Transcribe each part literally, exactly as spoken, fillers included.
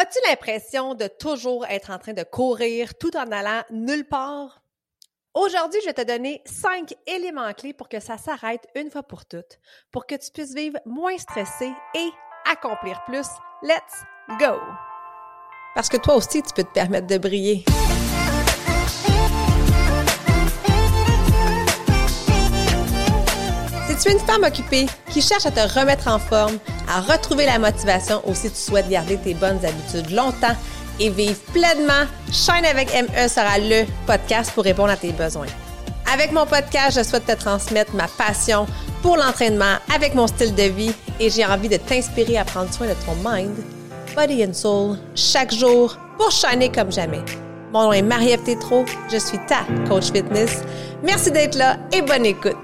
As-tu l'impression de toujours être en train de courir tout en allant nulle part? Aujourd'hui, je vais te donner cinq éléments clés pour que ça s'arrête une fois pour toutes, pour que tu puisses vivre moins stressé et accomplir plus. Let's go! Parce que toi aussi, tu peux te permettre de briller. Si tu es une femme occupée qui cherche à te remettre en forme, à retrouver la motivation ou si tu souhaites garder tes bonnes habitudes longtemps et vivre pleinement, Shine avec M E sera le podcast pour répondre à tes besoins. Avec mon podcast, je souhaite te transmettre ma passion pour l'entraînement avec mon style de vie et j'ai envie de t'inspirer à prendre soin de ton mind, body and soul chaque jour pour shiner comme jamais. Mon nom est Marie-Ève Tétrault, je suis ta coach fitness. Merci d'être là et bonne écoute!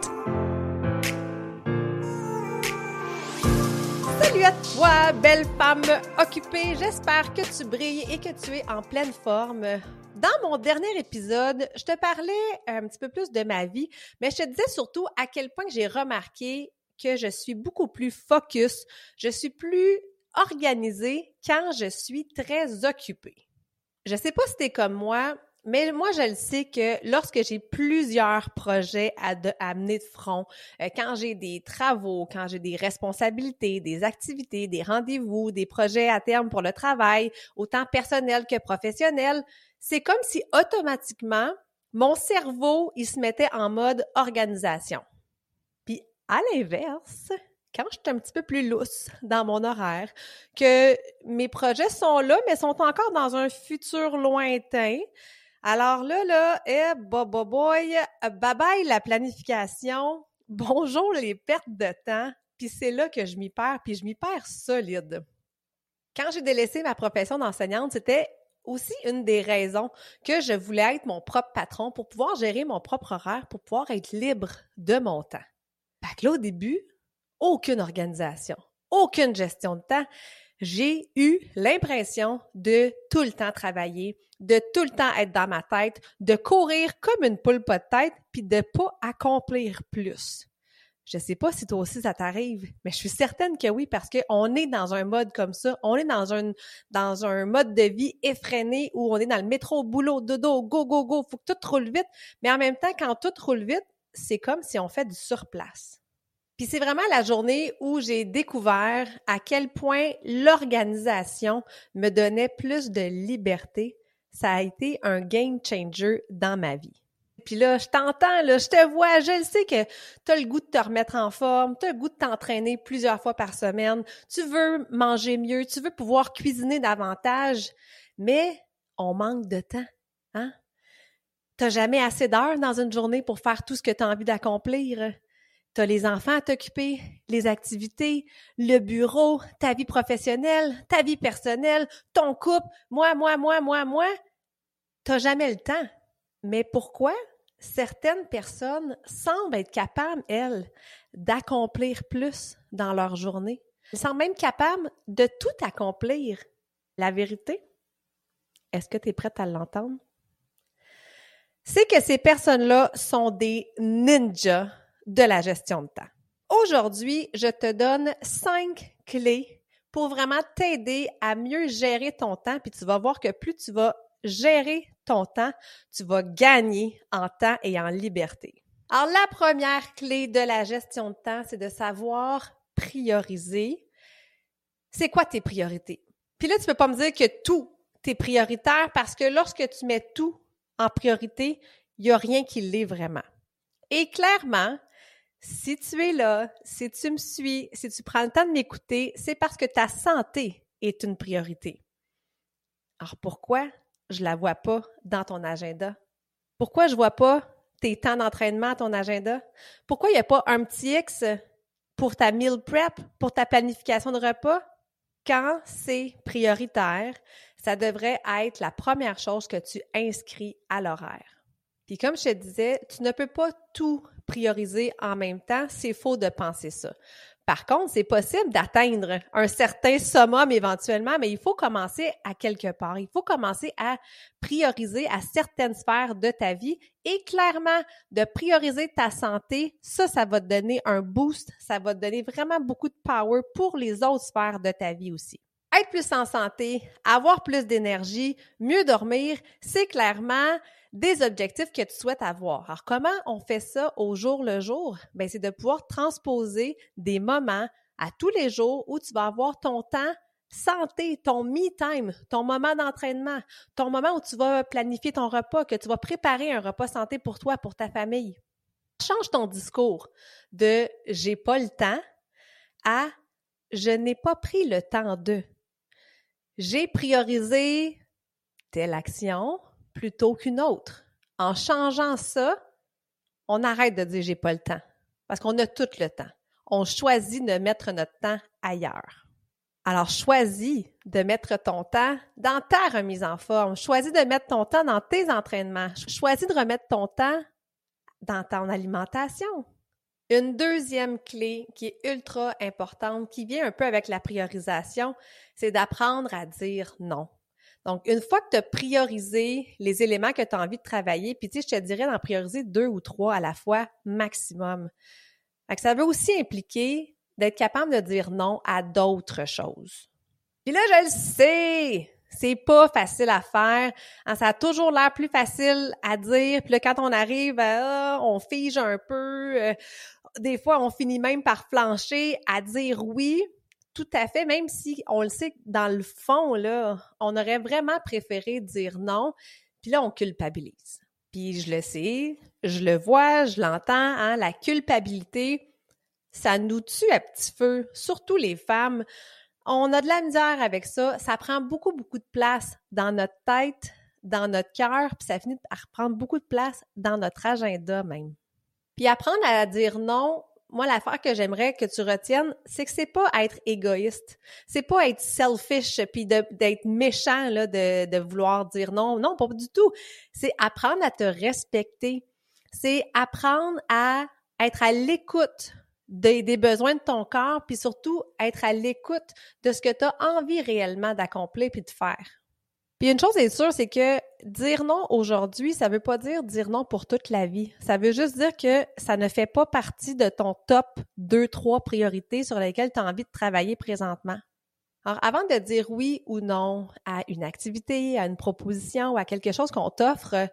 Salut à toi, belle femme occupée. J'espère que tu brilles et que tu es en pleine forme. Dans mon dernier épisode, je te parlais un petit peu plus de ma vie, mais je te disais surtout à quel point j'ai remarqué que je suis beaucoup plus focus, je suis plus organisée quand je suis très occupée. Je sais pas si t'es comme moi, mais moi, je le sais que lorsque j'ai plusieurs projets à, de, à mener de front, euh, quand j'ai des travaux, quand j'ai des responsabilités, des activités, des rendez-vous, des projets à terme pour le travail, autant personnel que professionnel, c'est comme si automatiquement, mon cerveau, il se mettait en mode organisation. Puis à l'inverse, quand je suis un petit peu plus lousse dans mon horaire, que mes projets sont là, mais sont encore dans un futur lointain, alors là, là, eh, boy, boy, boy, bye-bye la planification, bonjour les pertes de temps, puis c'est là que je m'y perds, puis je m'y perds solide. Quand j'ai délaissé ma profession d'enseignante, c'était aussi une des raisons que je voulais être mon propre patron pour pouvoir gérer mon propre horaire, pour pouvoir être libre de mon temps. Fait que là, au début, aucune organisation, aucune gestion de temps. J'ai eu l'impression de tout le temps travailler, de tout le temps être dans ma tête, de courir comme une poule pas de tête, puis de pas accomplir plus. Je sais pas si toi aussi ça t'arrive, mais je suis certaine que oui, parce qu'on est dans un mode comme ça, on est dans un, dans un mode de vie effréné où on est dans le métro, boulot, dodo, go, go, go, faut que tout roule vite, mais en même temps, quand tout roule vite, c'est comme si on fait du surplace. Puis c'est vraiment la journée où j'ai découvert à quel point l'organisation me donnait plus de liberté. Ça a été un game changer dans ma vie. Puis là, je t'entends, là, je te vois, je le sais que tu as le goût de te remettre en forme, tu as le goût de t'entraîner plusieurs fois par semaine, tu veux manger mieux, tu veux pouvoir cuisiner davantage, mais on manque de temps, hein? T'as jamais assez d'heures dans une journée pour faire tout ce que tu as envie d'accomplir. T'as les enfants à t'occuper, les activités, le bureau, ta vie professionnelle, ta vie personnelle, ton couple, moi, moi, moi, moi, moi. T'as jamais le temps. Mais pourquoi? Certaines personnes semblent être capables, elles, d'accomplir plus dans leur journée. Elles semblent même capables de tout accomplir. La vérité, est-ce que tu es prête à l'entendre? C'est que ces personnes-là sont des ninjas de la gestion de temps. Aujourd'hui, je te donne cinq clés pour vraiment t'aider à mieux gérer ton temps, puis tu vas voir que plus tu vas gérer ton temps, tu vas gagner en temps et en liberté. Alors, la première clé de la gestion de temps, c'est de savoir prioriser. C'est quoi tes priorités? Puis là, tu peux pas me dire que tout est prioritaire parce que lorsque tu mets tout en priorité, il n'y a rien qui l'est vraiment. Et clairement, si tu es là, si tu me suis, si tu prends le temps de m'écouter, c'est parce que ta santé est une priorité. Alors pourquoi je la vois pas dans ton agenda? Pourquoi je vois pas tes temps d'entraînement à ton agenda? Pourquoi il n'y a pas un petit X pour ta meal prep, pour ta planification de repas? Quand c'est prioritaire, ça devrait être la première chose que tu inscris à l'horaire. Puis comme je te disais, tu ne peux pas tout prioriser en même temps, c'est faux de penser ça. Par contre, c'est possible d'atteindre un certain summum éventuellement, mais il faut commencer à quelque part. Il faut commencer à prioriser à certaines sphères de ta vie et clairement, de prioriser ta santé, ça, ça va te donner un boost, ça va te donner vraiment beaucoup de power pour les autres sphères de ta vie aussi. être plus en santé, avoir plus d'énergie, mieux dormir, c'est clairement des objectifs que tu souhaites avoir. Alors, comment on fait ça au jour le jour? Bien, c'est de pouvoir transposer des moments à tous les jours où tu vas avoir ton temps santé, ton me time, ton moment d'entraînement, ton moment où tu vas planifier ton repas, que tu vas préparer un repas santé pour toi, pour ta famille. Change ton discours de « j'ai pas le temps » à « je n'ai pas pris le temps de ». J'ai priorisé telle action plutôt qu'une autre. En changeant ça, on arrête de dire « j'ai pas le temps » parce qu'on a tout le temps. On choisit de mettre notre temps ailleurs. Alors, choisis de mettre ton temps dans ta remise en forme. Choisis de mettre ton temps dans tes entraînements. Choisis de remettre ton temps dans ton alimentation. Une deuxième clé qui est ultra importante, qui vient un peu avec la priorisation, c'est d'apprendre à dire non. Donc, une fois que tu as priorisé les éléments que tu as envie de travailler, puis tu sais, je te dirais d'en prioriser deux ou trois à la fois maximum. Fait que ça veut aussi impliquer d'être capable de dire non à d'autres choses. Puis là, je le sais, c'est pas facile à faire. Hein, ça a toujours l'air plus facile à dire. Puis là, quand on arrive, à, ah, on fige un peu. Euh, des fois, on finit même par flancher à dire oui, tout à fait, même si on le sait que dans le fond, là, on aurait vraiment préféré dire non. Puis là, on culpabilise. Puis je le sais, je le vois, je l'entends, hein, la culpabilité, ça nous tue à petit feu, surtout les femmes. On a de la misère avec ça. Ça prend beaucoup, beaucoup de place dans notre tête, dans notre cœur, puis ça finit par prendre beaucoup de place dans notre agenda même. Puis apprendre à dire non, moi, l'affaire que j'aimerais que tu retiennes, c'est que c'est pas être égoïste. C'est pas être selfish puis de, d'être méchant, là, de, de vouloir dire non. Non, pas du tout. C'est apprendre à te respecter. C'est apprendre à être à l'écoute Des, des besoins de ton corps, puis surtout être à l'écoute de ce que tu as envie réellement d'accomplir puis de faire. Puis une chose est sûre, c'est que dire non aujourd'hui, ça veut pas dire dire non pour toute la vie. Ça veut juste dire que ça ne fait pas partie de ton top deux, trois priorités sur lesquelles tu as envie de travailler présentement. Alors, avant de dire oui ou non à une activité, à une proposition ou à quelque chose qu'on t'offre,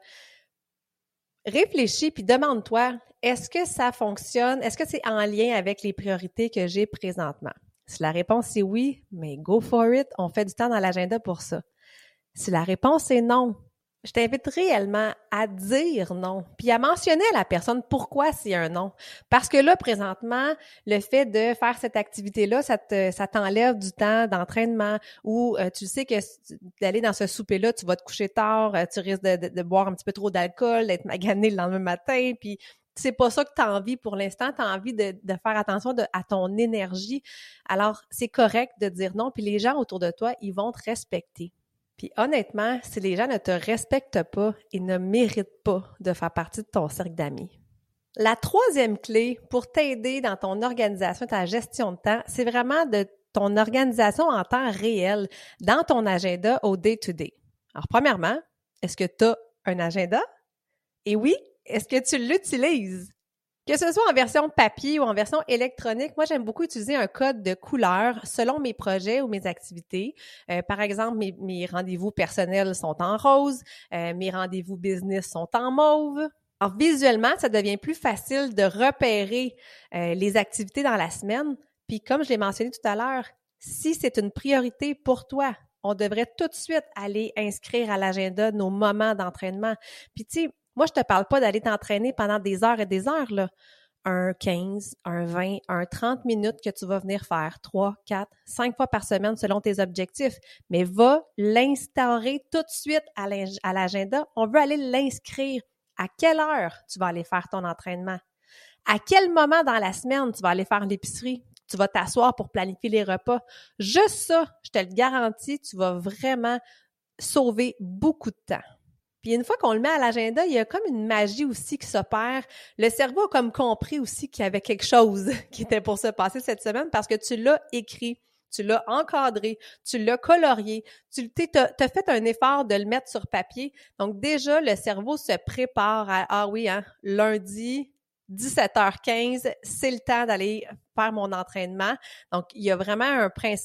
réfléchis puis demande-toi, est-ce que ça fonctionne? Est-ce que c'est en lien avec les priorités que j'ai présentement? Si la réponse est oui, mais go for it, on fait du temps dans l'agenda pour ça. Si la réponse est non, je t'invite réellement à dire non, puis à mentionner à la personne pourquoi c'est un non. Parce que là, présentement, le fait de faire cette activité-là, ça te, ça t'enlève du temps d'entraînement ou euh, tu sais que d'aller dans ce souper-là, tu vas te coucher tard, euh, tu risques de, de, de boire un petit peu trop d'alcool, d'être magané le lendemain matin, puis c'est pas ça que tu as envie pour l'instant, tu as envie de, de faire attention de, à ton énergie. Alors, c'est correct de dire non, puis les gens autour de toi, ils vont te respecter. Puis honnêtement, si les gens ne te respectent pas, ils ne méritent pas de faire partie de ton cercle d'amis. La troisième clé pour t'aider dans ton organisation, ta gestion de temps, c'est vraiment de ton organisation en temps réel dans ton agenda au day-to-day. Alors premièrement, est-ce que tu as un agenda? Et oui, est-ce que tu l'utilises? Que ce soit en version papier ou en version électronique, moi, j'aime beaucoup utiliser un code de couleur selon mes projets ou mes activités. Euh, par exemple, mes, mes rendez-vous personnels sont en rose, euh, mes rendez-vous business sont en mauve. Alors, visuellement, ça devient plus facile de repérer euh, les activités dans la semaine. Puis, comme je l'ai mentionné tout à l'heure, si c'est une priorité pour toi, on devrait tout de suite aller inscrire à l'agenda nos moments d'entraînement. Puis, tu sais, moi, je te parle pas d'aller t'entraîner pendant des heures et des heures, là. Un quinze, un vingt, un trente minutes que tu vas venir faire trois, quatre, cinq fois par semaine selon tes objectifs. Mais va l'instaurer tout de suite à l'agenda. On veut aller l'inscrire. À quelle heure tu vas aller faire ton entraînement? À quel moment dans la semaine tu vas aller faire l'épicerie? Tu vas t'asseoir pour planifier les repas. Juste ça, je te le garantis, tu vas vraiment sauver beaucoup de temps. Puis une fois qu'on le met à l'agenda, il y a comme une magie aussi qui s'opère. Le cerveau a comme compris aussi qu'il y avait quelque chose qui était pour se passer cette semaine parce que tu l'as écrit, tu l'as encadré, tu l'as colorié, tu as fait un effort de le mettre sur papier. Donc déjà, le cerveau se prépare à « Ah oui, hein, lundi, dix-sept heures quinze, c'est le temps d'aller faire mon entraînement. » Donc, il y a vraiment un principe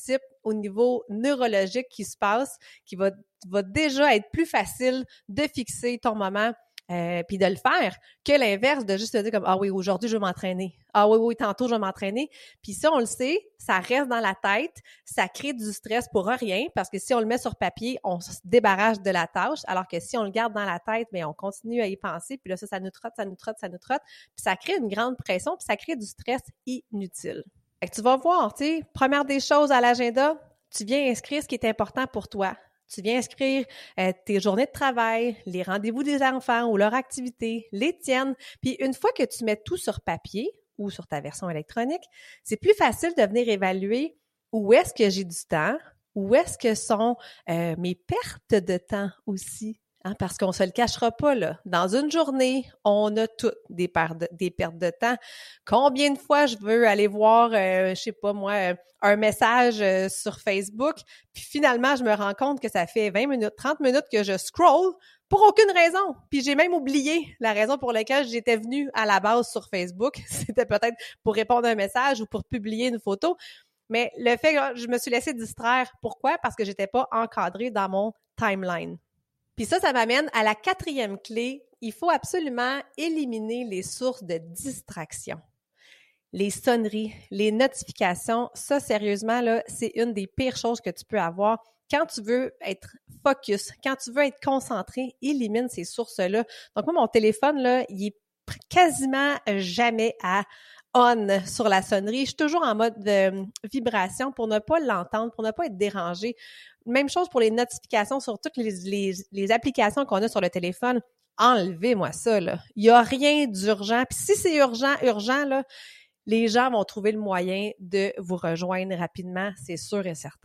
au niveau neurologique qui se passe, qui va, va déjà être plus facile de fixer ton moment euh, puis de le faire que l'inverse de juste te dire comme « Ah oui, aujourd'hui, je vais m'entraîner. Ah oui, oui, tantôt, je vais m'entraîner. » Puis ça, on le sait, ça reste dans la tête, ça crée du stress pour rien parce que si on le met sur papier, on se débarrasse de la tâche, alors que si on le garde dans la tête, bien, on continue à y penser, puis là, ça, ça nous trotte, ça nous trotte, ça nous trotte, puis ça crée une grande pression, puis ça crée du stress inutile. Fait que tu vas voir, tu sais, première des choses à l'agenda, tu viens inscrire ce qui est important pour toi. Tu viens inscrire euh, tes journées de travail, les rendez-vous des enfants ou leurs activités, les tiennes. Puis une fois que tu mets tout sur papier ou sur ta version électronique, c'est plus facile de venir évaluer où est-ce que j'ai du temps, où est-ce que sont euh, mes pertes de temps aussi. Hein, parce qu'on se le cachera pas, là. Dans une journée, on a toutes des, pertes de, des pertes de temps. Combien de fois je veux aller voir, euh, je sais pas moi, euh, un message euh, sur Facebook, puis finalement, je me rends compte que ça fait vingt minutes, trente minutes que je scroll pour aucune raison. Puis j'ai même oublié la raison pour laquelle j'étais venue à la base sur Facebook. C'était peut-être pour répondre à un message ou pour publier une photo. Mais le fait que je me suis laissée distraire, pourquoi? Parce que j'étais pas encadrée dans mon timeline. Puis ça, ça m'amène à la quatrième clé. Il faut absolument éliminer les sources de distraction. Les sonneries, les notifications, ça, sérieusement, là, c'est une des pires choses que tu peux avoir. Quand tu veux être focus, quand tu veux être concentré, élimine ces sources-là. Donc, moi, mon téléphone, là, il est quasiment jamais à on sur la sonnerie. Je suis toujours en mode de vibration pour ne pas l'entendre, pour ne pas être dérangée. Même chose pour les notifications sur toutes les, les, les applications qu'on a sur le téléphone. Enlevez-moi ça, là. Il n'y a rien d'urgent. Puis si c'est urgent, urgent, là, les gens vont trouver le moyen de vous rejoindre rapidement, c'est sûr et certain.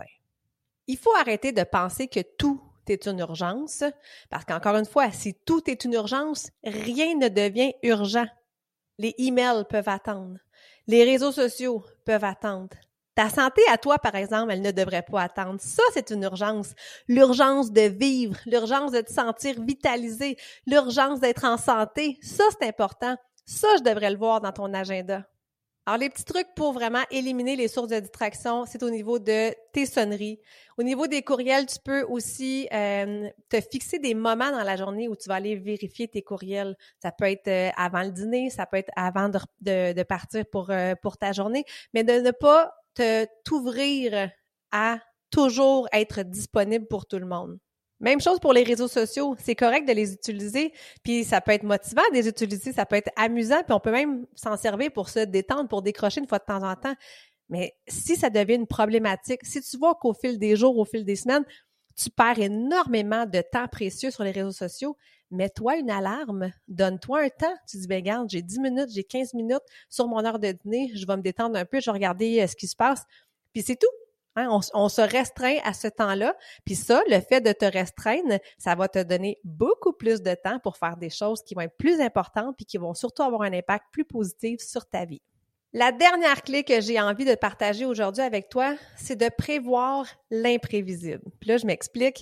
Il faut arrêter de penser que tout est une urgence, parce qu'encore une fois, si tout est une urgence, rien ne devient urgent. Les emails peuvent attendre. Les réseaux sociaux peuvent attendre. Ta santé à toi, par exemple, elle ne devrait pas attendre. Ça, c'est une urgence. L'urgence de vivre, l'urgence de te sentir vitalisé, l'urgence d'être en santé. Ça, c'est important. Ça, je devrais le voir dans ton agenda. Alors, les petits trucs pour vraiment éliminer les sources de distraction, c'est au niveau de tes sonneries. Au niveau des courriels, tu peux aussi euh, te fixer des moments dans la journée où tu vas aller vérifier tes courriels. Ça peut être euh, avant le dîner, ça peut être avant de, de, de partir pour, euh, pour ta journée, mais de ne pas te t'ouvrir à toujours être disponible pour tout le monde. Même chose pour les réseaux sociaux, c'est correct de les utiliser, puis ça peut être motivant de les utiliser, ça peut être amusant, puis on peut même s'en servir pour se détendre, pour décrocher une fois de temps en temps. Mais si ça devient une problématique, si tu vois qu'au fil des jours, au fil des semaines, tu perds énormément de temps précieux sur les réseaux sociaux, mets-toi une alarme, donne-toi un temps. Tu dis, ben regarde, j'ai dix minutes, j'ai quinze minutes sur mon heure de dîner, je vais me détendre un peu, je vais regarder euh, ce qui se passe, puis c'est tout. Hein, on, on se restreint à ce temps-là, puis ça, le fait de te restreindre, ça va te donner beaucoup plus de temps pour faire des choses qui vont être plus importantes puis qui vont surtout avoir un impact plus positif sur ta vie. La dernière clé que j'ai envie de partager aujourd'hui avec toi, c'est de prévoir l'imprévisible. Puis là, je m'explique.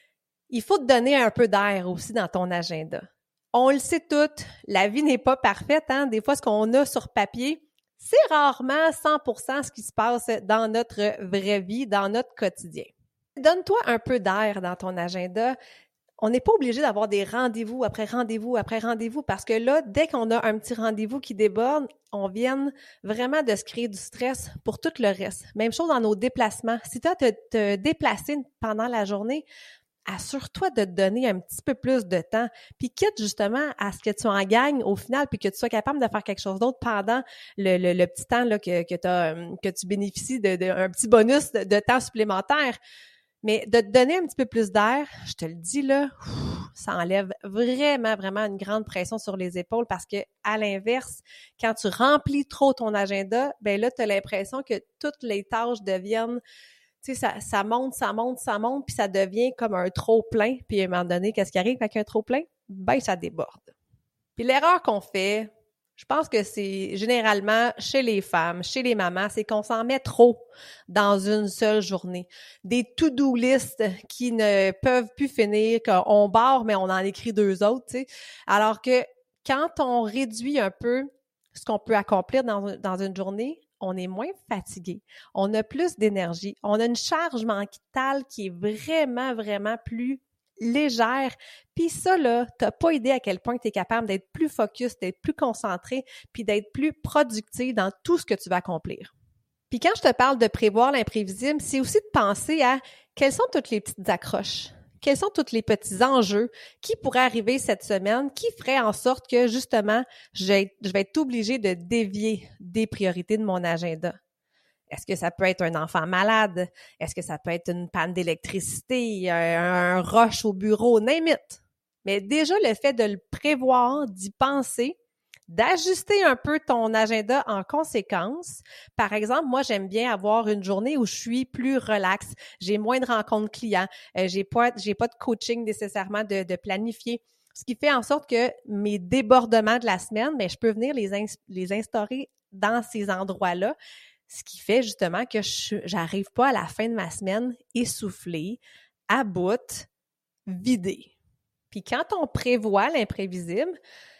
Il faut te donner un peu d'air aussi dans ton agenda. On le sait toutes, la vie n'est pas parfaite, hein? Des fois, ce qu'on a sur papier, c'est rarement cent pour cent ce qui se passe dans notre vraie vie, dans notre quotidien. Donne-toi un peu d'air dans ton agenda. On n'est pas obligé d'avoir des rendez-vous après rendez-vous après rendez-vous parce que là, dès qu'on a un petit rendez-vous qui déborde, on vient vraiment de se créer du stress pour tout le reste. Même chose dans nos déplacements. Si tu as te, te déplacer pendant la journée, assure-toi de te donner un petit peu plus de temps, puis quitte justement à ce que tu en gagnes au final, puis que tu sois capable de faire quelque chose d'autre pendant le, le, le petit temps là, que, que, t'as, que tu bénéficies d'un de, de, petit bonus de, de temps supplémentaire. Mais de te donner un petit peu plus d'air, je te le dis là, ça enlève vraiment, vraiment une grande pression sur les épaules parce que à l'inverse, quand tu remplis trop ton agenda, ben là, tu as l'impression que toutes les tâches deviennent tu sais, ça, ça monte, ça monte, ça monte, puis ça devient comme un trop-plein. Puis à un moment donné, qu'est-ce qui arrive avec un trop-plein? Ben, ça déborde. Puis l'erreur qu'on fait, je pense que c'est généralement chez les femmes, chez les mamans, c'est qu'on s'en met trop dans une seule journée. Des to-do list qui ne peuvent plus finir, qu'on barre, mais on en écrit deux autres, tu sais. Alors que quand on réduit un peu ce qu'on peut accomplir dans, dans une journée, on est moins fatigué, on a plus d'énergie, on a une charge mentale qui est vraiment, vraiment plus légère. Puis ça, là, t'as pas idée à quel point tu es capable d'être plus focus, d'être plus concentré, puis d'être plus productif dans tout ce que tu vas accomplir. Puis quand je te parle de prévoir l'imprévisible, c'est aussi de penser à quelles sont toutes les petites accroches, quels sont tous les petits enjeux qui pourraient arriver cette semaine, qui feraient en sorte que, justement, je vais être, je vais être obligée de dévier des priorités de mon agenda. Est-ce que ça peut être un enfant malade? Est-ce que ça peut être une panne d'électricité, un, un rush au bureau, name it? Mais déjà, le fait de le prévoir, d'y penser, d'ajuster un peu ton agenda en conséquence. Par exemple, moi, j'aime bien avoir une journée où je suis plus relax, j'ai moins de rencontres clients, euh, j'ai pas, j'ai pas de coaching nécessairement de, de planifier, ce qui fait en sorte que mes débordements de la semaine, ben, je peux venir les, ins- les instaurer dans ces endroits-là. Ce qui fait justement que je j'arrive pas à la fin de ma semaine essoufflée, à bout, vidée. Puis quand on prévoit l'imprévisible,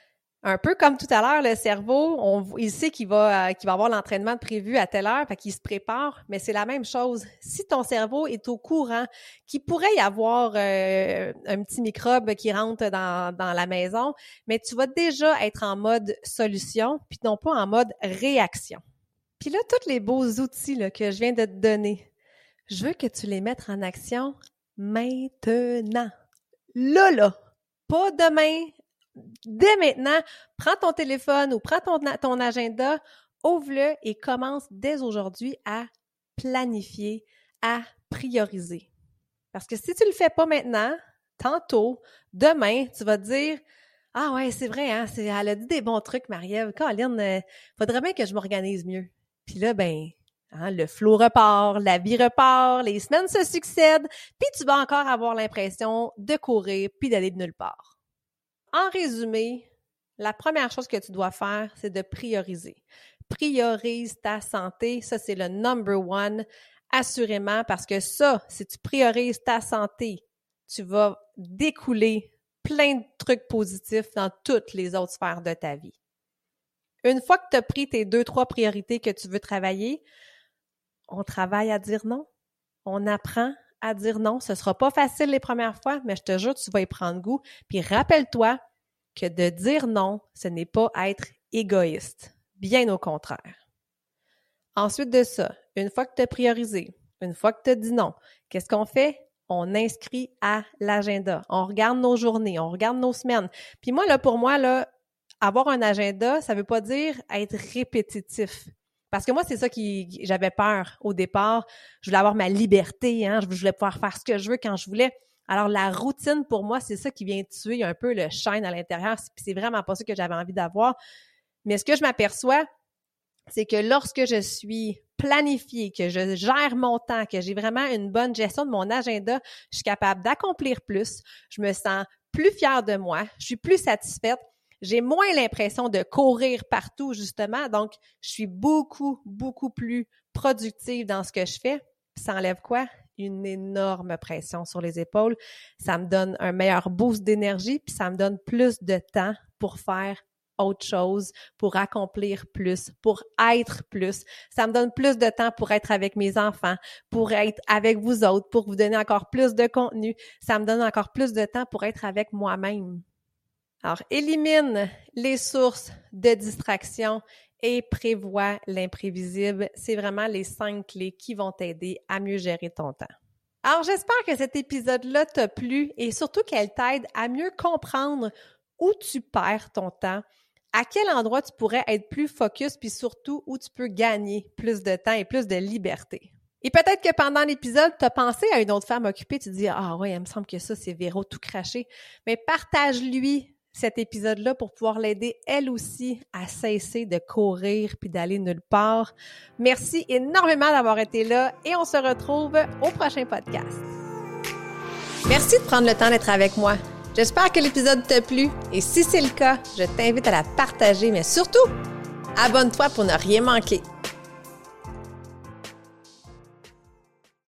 un peu comme tout à l'heure, le cerveau, on, il sait qu'il va, euh, qu'il va avoir l'entraînement de prévu à telle heure, fait qu'il se prépare, mais c'est la même chose. Si ton cerveau est au courant qu'il pourrait y avoir euh, un petit microbe qui rentre dans, dans la maison, mais tu vas déjà être en mode solution, puis non pas en mode réaction. Puis là, tous les beaux outils là, que je viens de te donner, je veux que tu les mettes en action maintenant. Là, là. Pas demain. Dès maintenant, prends ton téléphone ou prends ton, ton agenda, ouvre-le et commence dès aujourd'hui à planifier, à prioriser. Parce que si tu le fais pas maintenant, tantôt, demain, tu vas te dire « Ah ouais, c'est vrai, hein, c'est, elle a dit des bons trucs, Marie-Ève. Caroline, euh, faudrait bien que je m'organise mieux. » Puis là, ben, hein, le flow repart, la vie repart, les semaines se succèdent, puis tu vas encore avoir l'impression de courir puis d'aller de nulle part. En résumé, la première chose que tu dois faire, c'est de prioriser. Priorise ta santé, ça c'est le number one, assurément, parce que ça, si tu priorises ta santé, tu vas découler plein de trucs positifs dans toutes les autres sphères de ta vie. Une fois que tu as pris tes deux, trois priorités que tu veux travailler, on travaille à dire non. On apprend à dire non. Ce sera pas facile les premières fois, mais je te jure, tu vas y prendre goût. Puis rappelle-toi que de dire non, ce n'est pas être égoïste. Bien au contraire. Ensuite de ça, une fois que tu as priorisé, une fois que tu as dit non, qu'est-ce qu'on fait? On inscrit à l'agenda. On regarde nos journées, on regarde nos semaines. Puis moi, là, pour moi, là, avoir un agenda, ça veut pas dire être répétitif. Parce que moi, c'est ça qui j'avais peur au départ. Je voulais avoir ma liberté, hein. Je voulais pouvoir faire ce que je veux quand je voulais. Alors, la routine, pour moi, c'est ça qui vient tuer un peu le shine à l'intérieur. Puis c'est vraiment pas ça que j'avais envie d'avoir. Mais ce que je m'aperçois, c'est que lorsque je suis planifiée, que je gère mon temps, que j'ai vraiment une bonne gestion de mon agenda, je suis capable d'accomplir plus. Je me sens plus fière de moi. Je suis plus satisfaite. J'ai moins l'impression de courir partout, justement. Donc, je suis beaucoup, beaucoup plus productive dans ce que je fais. Puis ça enlève quoi? Une énorme pression sur les épaules. Ça me donne un meilleur boost d'énergie, puis ça me donne plus de temps pour faire autre chose, pour accomplir plus, pour être plus. Ça me donne plus de temps pour être avec mes enfants, pour être avec vous autres, pour vous donner encore plus de contenu. Ça me donne encore plus de temps pour être avec moi-même. Alors, élimine les sources de distraction et prévois l'imprévisible. C'est vraiment les cinq clés qui vont t'aider à mieux gérer ton temps. Alors, j'espère que cet épisode-là t'a plu et surtout qu'elle t'aide à mieux comprendre où tu perds ton temps, à quel endroit tu pourrais être plus focus, puis surtout où tu peux gagner plus de temps et plus de liberté. Et peut-être que pendant l'épisode, tu as pensé à une autre femme occupée, tu te dis « Ah ouais, il me semble que ça, c'est Véro tout craché. » Mais partage-lui cet épisode-là pour pouvoir l'aider, elle aussi, à cesser de courir puis d'aller nulle part. Merci énormément d'avoir été là et on se retrouve au prochain podcast. Merci de prendre le temps d'être avec moi. J'espère que l'épisode t'a plu et si c'est le cas, je t'invite à la partager, mais surtout, abonne-toi pour ne rien manquer.